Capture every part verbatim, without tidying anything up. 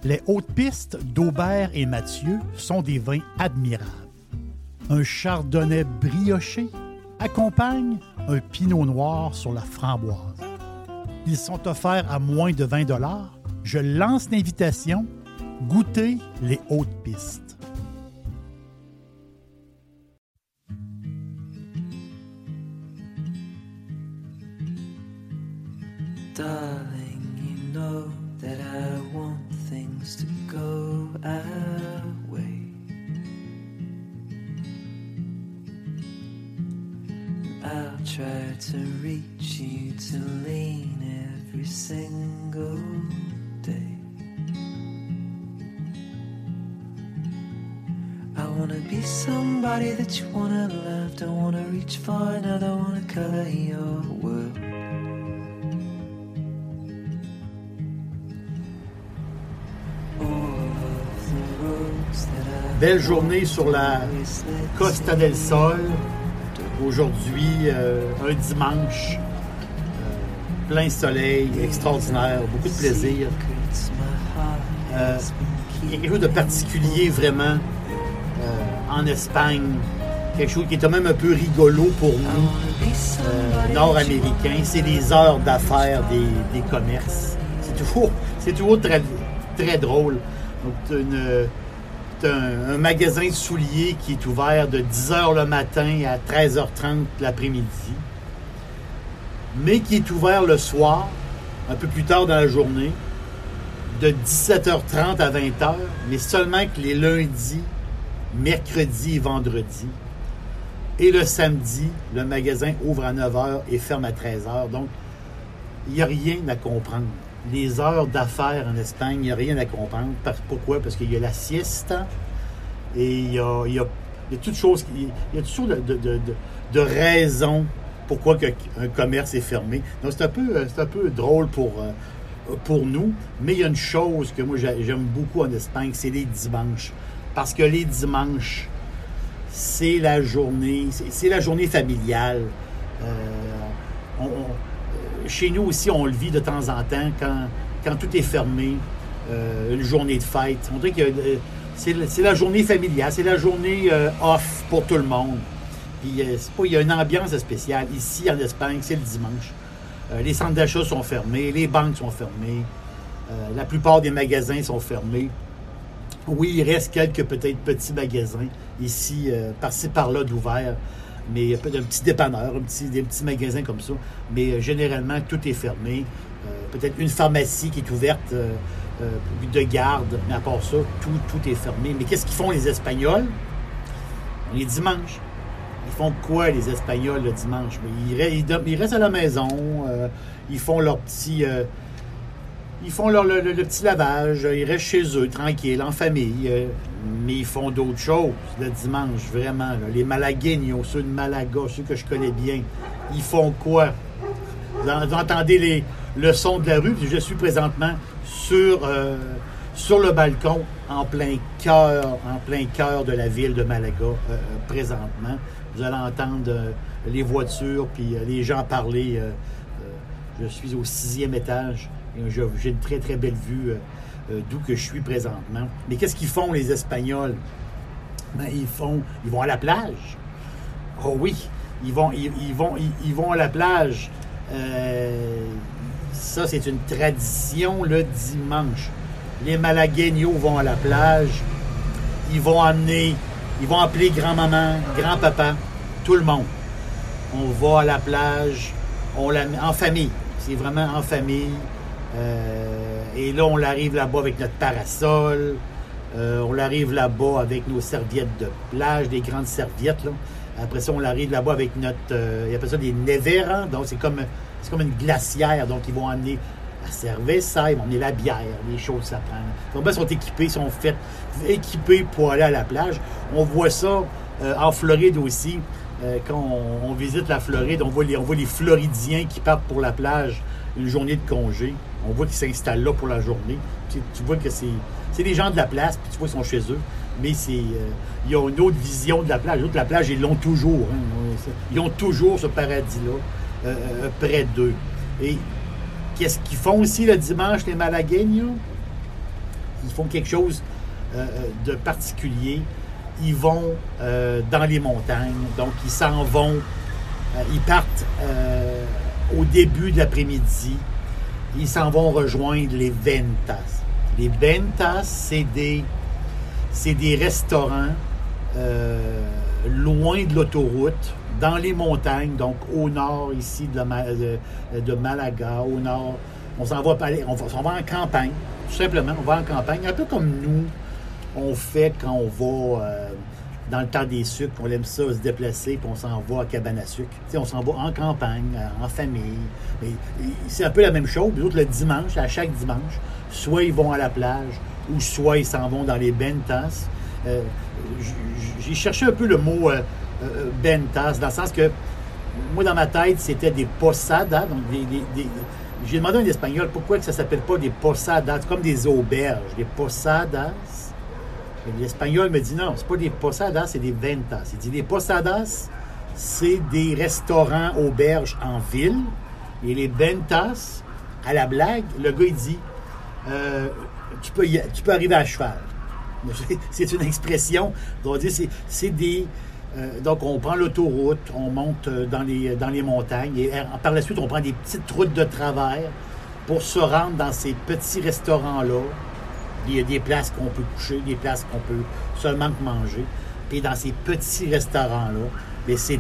Les hautes pistes d'Aubert et Mathieu sont des vins admirables. Un chardonnay brioché accompagne un pinot noir sur la framboise. Ils sont offerts à moins de vingt dollars. Je lance l'invitation. Goûtez les hautes pistes. Darling, you know that I want things to go our way. I'll try to reach you to lean every single day. I wanna be somebody that you wanna love. Don't wanna reach far, now don't wanna color your world. Belle journée sur la Costa del Sol. Aujourd'hui, euh, un dimanche, euh, plein soleil, extraordinaire, beaucoup de plaisir. Euh, il y a quelque chose de particulier vraiment euh, en Espagne, quelque chose qui est quand même un peu rigolo pour nous, euh, nord-américains, c'est les heures d'affaires des, des commerces. C'est toujours, c'est toujours très, très drôle. Donc, une, Un, un magasin de souliers qui est ouvert de dix heures le matin à treize heures trente l'après-midi, mais qui est ouvert le soir, un peu plus tard dans la journée, de dix-sept heures trente à vingt heures, mais seulement que les lundis, mercredis et vendredis. Et le samedi, le magasin ouvre à neuf heures et ferme à treize heures. Donc, il n'y a rien à comprendre. Les heures d'affaires en Espagne, il n'y a rien à comprendre. Pourquoi? Parce qu'il y a la siesta et il y a, il y a, il y a toutes choses, il y a toutes sortes de, de, de, de raisons pourquoi un commerce est fermé. Donc, c'est un peu, c'est un peu drôle pour, pour nous, mais il y a une chose que moi j'aime beaucoup en Espagne, c'est les dimanches. Parce que les dimanches, c'est la journée, c'est, c'est la journée familiale. Euh, on, on, Chez nous aussi, on le vit de temps en temps quand, quand tout est fermé, euh, une journée de fête. On dirait que euh, c'est, c'est la journée familiale, c'est la journée euh, off pour tout le monde. Puis, euh, c'est pas, il y a une ambiance spéciale. Ici, en Espagne, c'est le dimanche. Euh, les centres d'achat sont fermés, les banques sont fermées, euh, la plupart des magasins sont fermés. Oui, il reste quelques peut-être petits magasins ici, euh, par-ci, par-là d'ouverts. Mais il y a un petit dépanneur, un petit, des petits magasins comme ça. Mais euh, généralement, tout est fermé. Euh, peut-être une pharmacie qui est ouverte euh, euh, de garde. Mais à part ça, tout, tout est fermé. Mais qu'est-ce qu'ils font les Espagnols? Les dimanches. Ils font quoi, les Espagnols, le dimanche? Ils, ils, ils restent à la maison. Euh, ils font leur petit... Euh, ils font leur, le, le, le petit lavage. Ils restent chez eux, tranquilles, en famille. Euh, mais ils font d'autres choses le dimanche, vraiment. Là. Les Malagueños, ceux de Malaga, ceux que je connais bien, ils font quoi? Vous entendez les, le son de la rue, puis je suis présentement sur, euh, sur le balcon, en plein cœur, en plein cœur de la ville de Malaga, euh, présentement. Vous allez entendre euh, les voitures, puis euh, les gens parler. Euh, euh, je suis au sixième étage, et je, j'ai une très, très belle vue euh, Euh, d'où que je suis présentement. Mais qu'est-ce qu'ils font, les Espagnols? Ben, ils font, ils vont à la plage. Oh oui, ils vont, ils, ils vont, ils, ils vont à la plage. Euh, ça, c'est une tradition le dimanche. Les Malagueños vont à la plage. Ils vont amener, ils vont appeler grand-maman, grand-papa, tout le monde. On va à la plage, on la, en famille. C'est vraiment en famille. Euh, et là, on arrive là-bas avec notre parasol. Euh, on arrive là-bas avec nos serviettes de plage, des grandes serviettes. Là. Après ça, on arrive là-bas avec notre... Euh, ils appellent ça des neveras. Donc, c'est comme, c'est comme une glacière. Donc, ils vont amener la cerveza, ils vont amener la bière, les choses à prendre. Donc, ben, ils sont équipés, ils sont faits, équipés pour aller à la plage. On voit ça euh, en Floride aussi. Euh, quand on, on visite la Floride, on voit, les, on voit les Floridiens qui partent pour la plage une journée de congé. On voit qu'ils s'installent là pour la journée. Tu, tu vois que c'est, c'est des gens de la place, puis tu vois qu'ils sont chez eux. Mais c'est, euh, ils ont une autre vision de la plage. L'autre, la plage, ils l'ont toujours. Hein. Ils ont toujours ce paradis-là euh, euh, près d'eux. Et qu'est-ce qu'ils font aussi le dimanche, les Malagueños? ils font quelque chose euh, de particulier. Ils vont euh, dans les montagnes, donc ils s'en vont, euh, ils partent euh, au début de l'après-midi, ils s'en vont rejoindre les ventas. Les ventas, c'est des, c'est des restaurants euh, loin de l'autoroute, dans les montagnes, donc au nord ici de, la, de, de Malaga, au nord. On s'en va, on va, on va en campagne, tout simplement, on va en campagne, un peu comme nous, on fait quand on va euh, dans le temps des sucres, on aime ça se déplacer, puis on s'en va à cabane à sucre. T'sais, on s'en va en campagne, en famille. Mais, c'est un peu la même chose. Les autres, le dimanche, à chaque dimanche, soit ils vont à la plage, ou soit ils s'en vont dans les ventas. Euh, j'ai cherché un peu le mot euh, euh, ventas, dans le sens que, moi, dans ma tête, c'était des posadas, donc des... des, des j'ai demandé à un Espagnol pourquoi que ça ne s'appelle pas des posadas, c'est comme des auberges, des posadas. L'Espagnol me dit non, c'est pas des posadas, c'est des ventas. Il dit les posadas, c'est des restaurants, auberges en ville. Et les ventas, à la blague, le gars, il dit euh, tu, peux y, tu peux arriver à cheval. C'est une expression. On va dire, c'est, c'est des. Euh, donc, on prend l'autoroute, on monte dans les, dans les montagnes et par la suite, on prend des petites routes de travers pour se rendre dans ces petits restaurants-là. Il y a des places qu'on peut coucher, des places qu'on peut seulement manger. Puis dans ces petits restaurants-là, bien, c'est,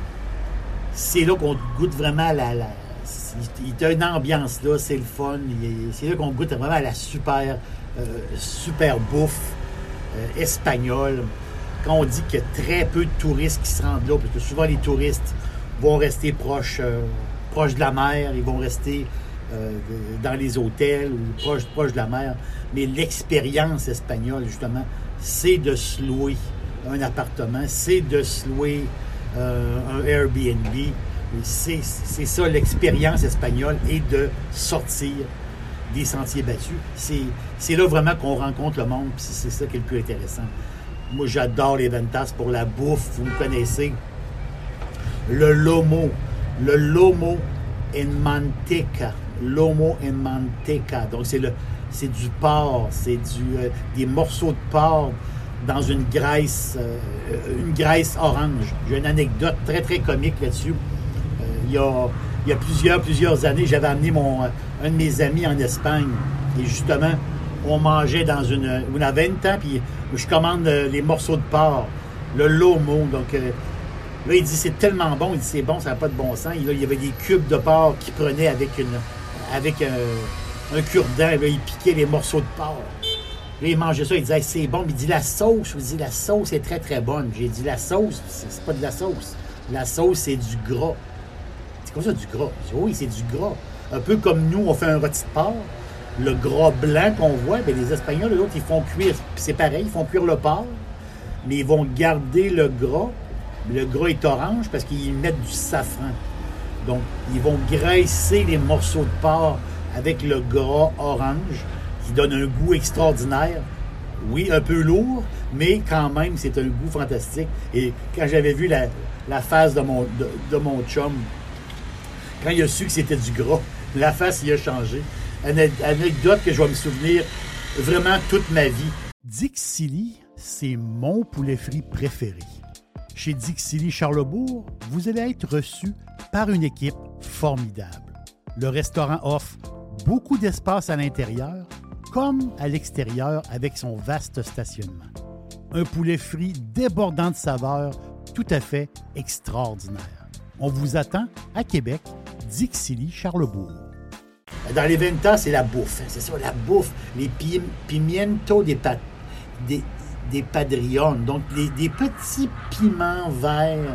c'est là qu'on goûte vraiment à la... la il y a une ambiance là, c'est le fun. C'est là qu'on goûte vraiment à la super, euh, super bouffe euh, espagnole. Quand on dit qu'il y a très peu de touristes qui se rendent là, parce que souvent les touristes vont rester proches, euh, proches de la mer, ils vont rester euh, dans les hôtels ou proches, proches de la mer. Mais l'expérience espagnole, justement, c'est de se louer un appartement, c'est de se louer euh, un Airbnb. C'est, c'est ça l'expérience espagnole, et de sortir des sentiers battus. C'est, c'est là vraiment qu'on rencontre le monde, puis c'est ça qui est le plus intéressant. Moi, j'adore les ventas pour la bouffe. Vous me connaissez. Le lomo. Le lomo en manteca. Lomo en manteca. Donc, c'est, le, c'est du porc. C'est du, euh, des morceaux de porc dans une graisse, euh, une graisse orange. J'ai une anecdote très, très comique là-dessus. Euh, il y a, il y a plusieurs, plusieurs années, j'avais amené mon, un de mes amis en Espagne. Et justement, on mangeait dans une, une venta, puis je commande les morceaux de porc, le lomo. Donc euh, là, il dit c'est tellement bon, il dit c'est bon, ça n'a pas de bon sens. Et là, il y avait des cubes de porc qu'il prenait avec une, avec un, un cure-dent. Là, il piquait les morceaux de porc. Là, il mangeait ça, il disait hey, c'est bon. Il dit la sauce, il dit la sauce est très très bonne. J'ai dit la sauce, c'est, c'est pas de la sauce. La sauce, c'est du gras. C'est quoi ça, du gras? Je dis, oui, c'est du gras. Un peu comme nous, on fait un rôti de porc. Le gras blanc qu'on voit, bien, les Espagnols, eux autres, ils font cuire, c'est pareil, ils font cuire le porc, mais ils vont garder le gras. Le gras est orange parce qu'ils mettent du safran. Donc, ils vont graisser les morceaux de porc avec le gras orange, qui donne un goût extraordinaire. Oui, un peu lourd, mais quand même, c'est un goût fantastique. Et quand j'avais vu la, la face de mon, de, de mon chum, quand il a su que c'était du gras, la face, il a changé. Une anecdote que je vais me souvenir vraiment toute ma vie. Dixili, c'est mon poulet frit préféré. Chez Dixili Charlebourg, vous allez être reçu par une équipe formidable. Le restaurant offre beaucoup d'espace à l'intérieur comme à l'extérieur avec son vaste stationnement. Un poulet frit débordant de saveurs tout à fait extraordinaire. On vous attend à Québec, Dixili Charlebourg. Dans les ventas, c'est la bouffe. C'est ça, la bouffe. Les pi- pimientos des, pa- des, des padriones. Donc, les, des petits piments verts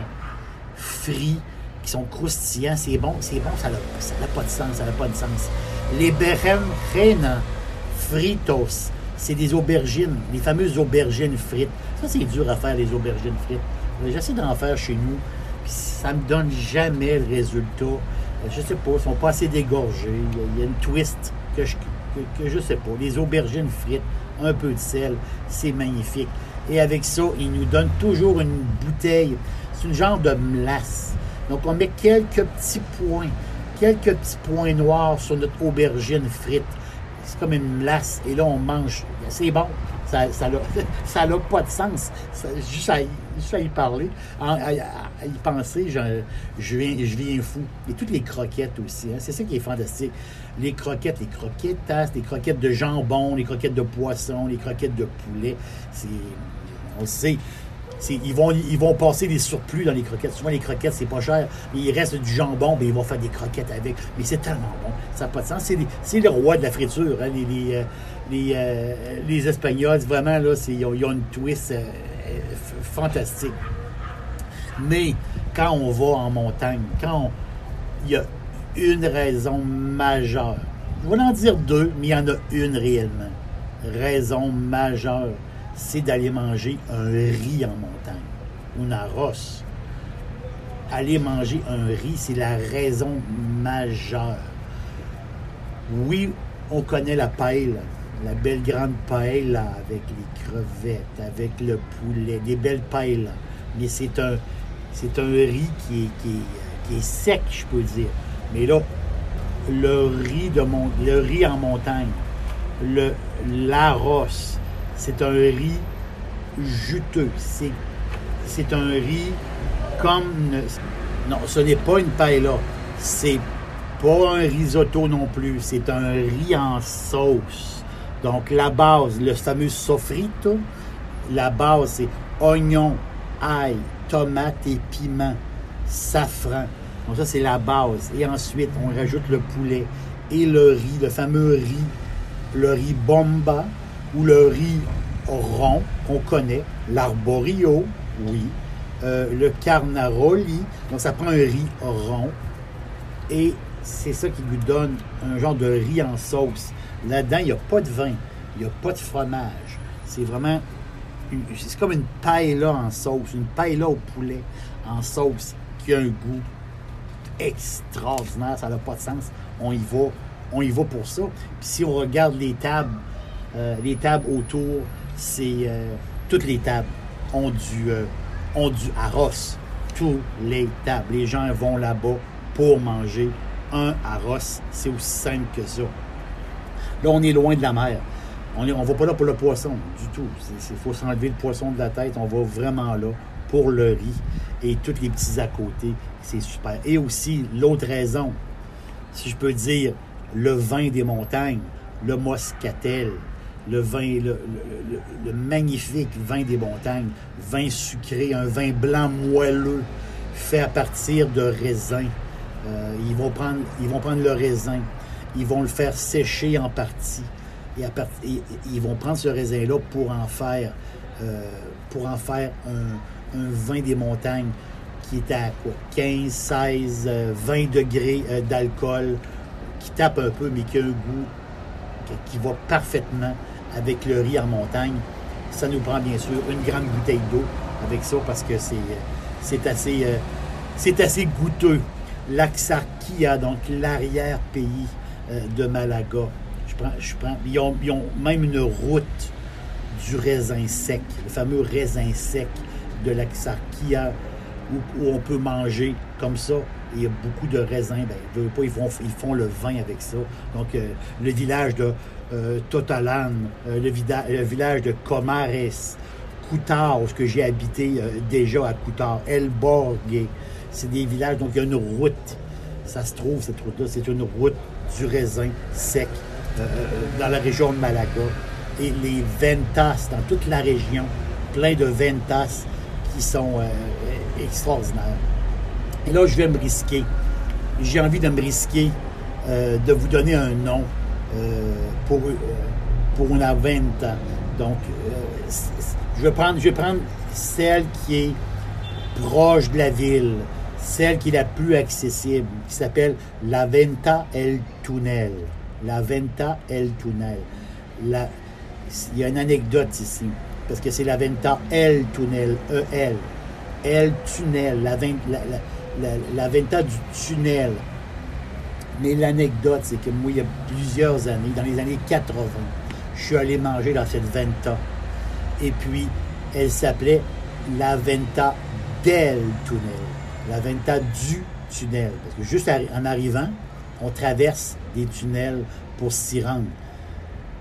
frits qui sont croustillants. C'est bon, c'est bon, ça n'a pas de sens, ça n'a pas de sens. Les berenjena fritos, c'est des aubergines, les fameuses aubergines frites. Ça, c'est dur à faire, les aubergines frites. J'essaie d'en faire chez nous, puis ça me donne jamais le résultat. Je sais pas, ils sont pas assez dégorgés. Il y a une twist que je, que, que je sais pas. Les aubergines frites, un peu de sel, c'est magnifique. Et avec ça, ils nous donnent toujours une bouteille. C'est une genre de melasse. Donc, on met quelques petits points, quelques petits points noirs sur notre aubergine frite. c'est comme une glace. Et là, on mange. C'est bon. Ça ça n'a ça a pas de sens. Ça, juste, à, juste à y parler, à, à, à y penser, je, je, viens, je viens fou. Et toutes les croquettes aussi. Hein, c'est ça qui est fantastique. Les croquettes, les croquettes, les croquettes de jambon, les croquettes de poisson, les croquettes de poulet. C'est, on le sait. C'est, ils, vont, ils vont passer des surplus dans les croquettes. Souvent, les croquettes, c'est pas cher. Mais il reste du jambon, bien, ils vont faire des croquettes avec. Mais c'est tellement bon. Ça n'a pas de sens. C'est, les, c'est le roi de la friture. Hein, les, les, euh, les, euh, les Espagnols, vraiment, là, c'est, ils, ont, ils ont une twist euh, f- fantastique. Mais quand on va en montagne, quand il y a une raison majeure, je vais en dire deux, mais il y en a une réellement. Raison majeure, c'est d'aller manger un riz en montagne, un arroz. Aller manger un riz, c'est la raison majeure. Oui, on connaît la paille, la belle grande paille là, avec les crevettes, avec le poulet, des belles pailles là. Mais c'est un, c'est un riz qui est, qui, est, qui est sec, je peux dire. Mais là, le riz, de mon, le riz en montagne, le, l'arroz, c'est un riz juteux. C'est, c'est un riz comme... Non, ce n'est pas une paella. C'est pas un risotto non plus. C'est un riz en sauce. Donc, la base, le fameux sofrito, la base, c'est oignon, ail, tomate et piment, safran. Donc, ça, c'est la base. Et ensuite, on rajoute le poulet et le riz, le fameux riz, le riz bomba ou le riz rond qu'on connaît, l'arborio, oui, euh, le carnaroli. Donc, ça prend un riz rond et c'est ça qui lui donne un genre de riz en sauce. Là-dedans, il n'y a pas de vin, il n'y a pas de fromage. C'est vraiment, une, c'est comme une paella en sauce, une paella au poulet en sauce qui a un goût extraordinaire, ça n'a pas de sens. On y va, on y va pour ça. Puis si on regarde les tables, euh, les tables autour, c'est euh, toutes les tables ont du, euh, ont du arroz. Toutes les tables. Les gens vont là-bas pour manger un arroz. C'est aussi simple que ça. Là, on est loin de la mer. On ne va pas là pour le poisson du tout. Il faut s'enlever le poisson de la tête. On va vraiment là pour le riz et tous les petits à côté. C'est super. Et aussi, l'autre raison, si je peux dire, le vin des montagnes, le moscatel, le vin, le, le, le, le magnifique vin des montagnes, vin sucré, un vin blanc moelleux, fait à partir de raisins. Euh, ils vont prendre, ils vont prendre le raisin, ils vont le faire sécher en partie. Et, à part, et, et ils vont prendre ce raisin-là pour en faire, euh, pour en faire un, un vin des montagnes qui est à quoi, quinze, seize, vingt degrés euh, d'alcool, qui tape un peu, mais qui a un goût qui, qui va parfaitement avec le riz en montagne. Ça nous prend bien sûr une grande bouteille d'eau avec ça parce que c'est, c'est, assez, euh, c'est assez goûteux. L'Axarquía, donc l'arrière-pays euh, de Malaga. Je prends, je prends, ils, ont, ils ont même une route du raisin sec, le fameux raisin sec de l'Axarquía, où, où on peut manger comme ça. Et il y a beaucoup de raisins. Ben, ils veulent pas, ils, font, ils font le vin avec ça. Donc, euh, le village de euh, Totalan, euh, le, vida, le village de Comares, Coutar, où j'ai habité euh, déjà à Coutar, El Borgue. C'est des villages, donc il y a une route. Ça se trouve, cette route-là, c'est une route du raisin sec euh, dans la région de Malaga. Et les ventas, dans toute la région, plein de ventas qui sont euh, extraordinaires. Et là, je vais me risquer. J'ai envie de me risquer euh, de vous donner un nom euh, pour, euh, pour una venta. Donc, euh, je vais prendre, je vais prendre celle qui est proche de la ville, celle qui est la plus accessible, qui s'appelle La Venta El Túnel. La Venta El Túnel. La, il y a une anecdote ici, parce que c'est La Venta El Túnel, E L. El Tunnel, la, la, la, la, la Venta du tunnel. Mais l'anecdote, c'est que moi, il y a plusieurs années, dans les années quatre-vingts, je suis allé manger dans cette Venta. Et puis, elle s'appelait La Venta del Tunnel. La Venta du tunnel. Parce que juste en arrivant, on traverse des tunnels pour s'y rendre.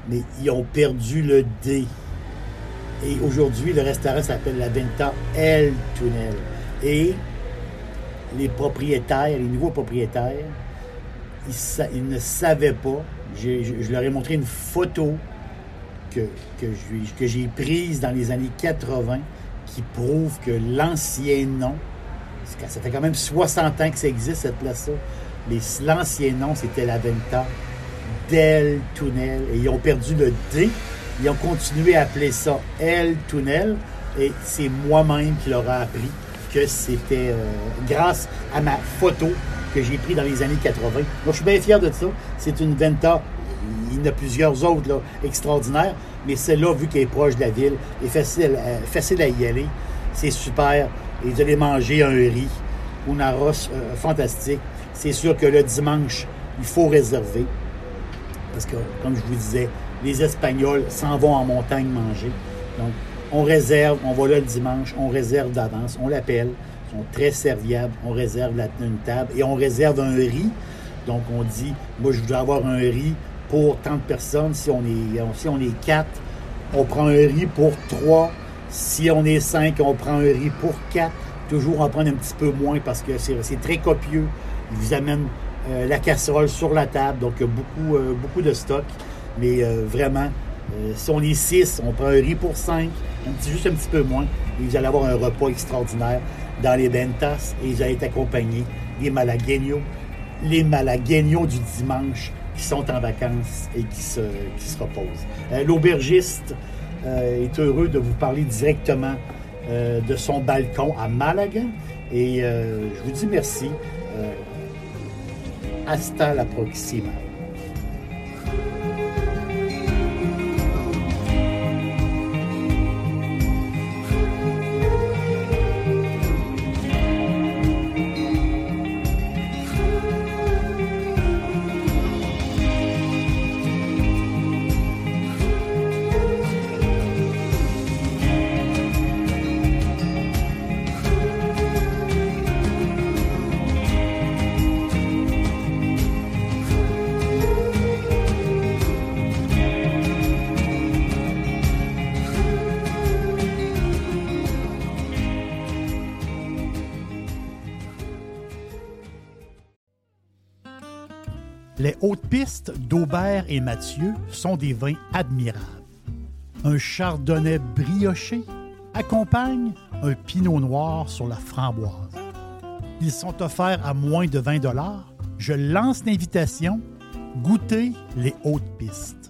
mais ils ont perdu le D. Et aujourd'hui, le restaurant s'appelle La Venta El Túnel. Et les propriétaires, les nouveaux propriétaires, ils, sa- ils ne savaient pas. J'ai- je, je leur ai montré une photo que, que, je- que j'ai prise dans les années quatre-vingts qui prouve que l'ancien nom, c'est quand- ça fait quand même soixante ans que ça existe, cette place-là, mais l'ancien nom, c'était La Venta del Túnel. Et ils ont perdu le D. Ils ont continué à appeler ça El Túnel. Et c'est moi-même qui leur a appris que c'était euh, grâce à ma photo que j'ai prise dans les années quatre-vingts. Moi, je suis bien fier de ça. C'est une Venta. Il y en a plusieurs autres là, extraordinaires. Mais celle-là, vu qu'elle est proche de la ville, est facile, euh, facile à y aller. C'est super. Et vous allez manger un riz, un arroz euh, fantastique. C'est sûr que le dimanche, il faut réserver. Parce que, comme je vous disais, les Espagnols s'en vont en montagne manger. Donc, on réserve, on va là le dimanche, on réserve d'avance, on l'appelle, ils sont très serviables, on réserve la, une table et on réserve un riz. Donc, on dit, moi, je voudrais avoir un riz pour tant de personnes. Si on est, si on est quatre, on prend un riz pour trois. Si on est cinq, on prend un riz pour quatre. Toujours en prendre un petit peu moins parce que c'est, c'est très copieux. Ils vous amènent euh, la casserole sur la table, donc il y a beaucoup, euh, beaucoup de stock. Mais euh, vraiment, euh, si on est six, on prend un riz pour cinq, un petit, juste un petit peu moins, et vous allez avoir un repas extraordinaire dans les Ventas, et vous allez être accompagné des malagueños, les malagueños du dimanche qui sont en vacances et qui se, qui se reposent. Euh, l'aubergiste euh, est heureux de vous parler directement euh, de son balcon à Malaga, et euh, je vous dis merci. Euh, hasta la próxima. Les hautes pistes d'Aubert et Mathieu sont des vins admirables. Un chardonnay brioché accompagne un pinot noir sur la framboise. Ils sont offerts à moins de vingt dollars. Je lance l'invitation. Goûtez les hautes pistes.